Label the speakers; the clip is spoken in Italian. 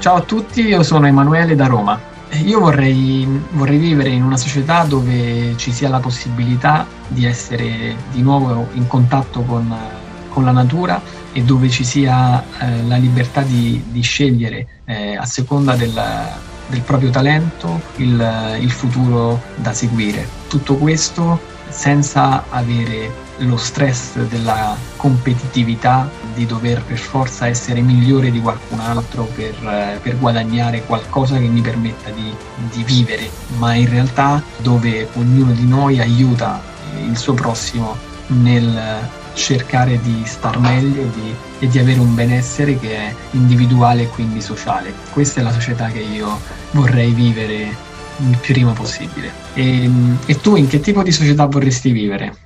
Speaker 1: Ciao a tutti, io sono Emanuele da Roma. Io vorrei vivere in una società dove ci sia la possibilità di essere di nuovo in contatto con la natura e dove ci sia la libertà di scegliere a seconda del proprio talento il futuro da seguire. Tutto questo senza avere lo stress della competitività, di dover per forza essere migliore di qualcun altro per guadagnare qualcosa che mi permetta di vivere, ma in realtà dove ognuno di noi aiuta il suo prossimo nel cercare di star meglio e di avere un benessere che è individuale e quindi sociale. Questa è la società che io vorrei vivere il prima possibile. E tu in che tipo di società vorresti vivere?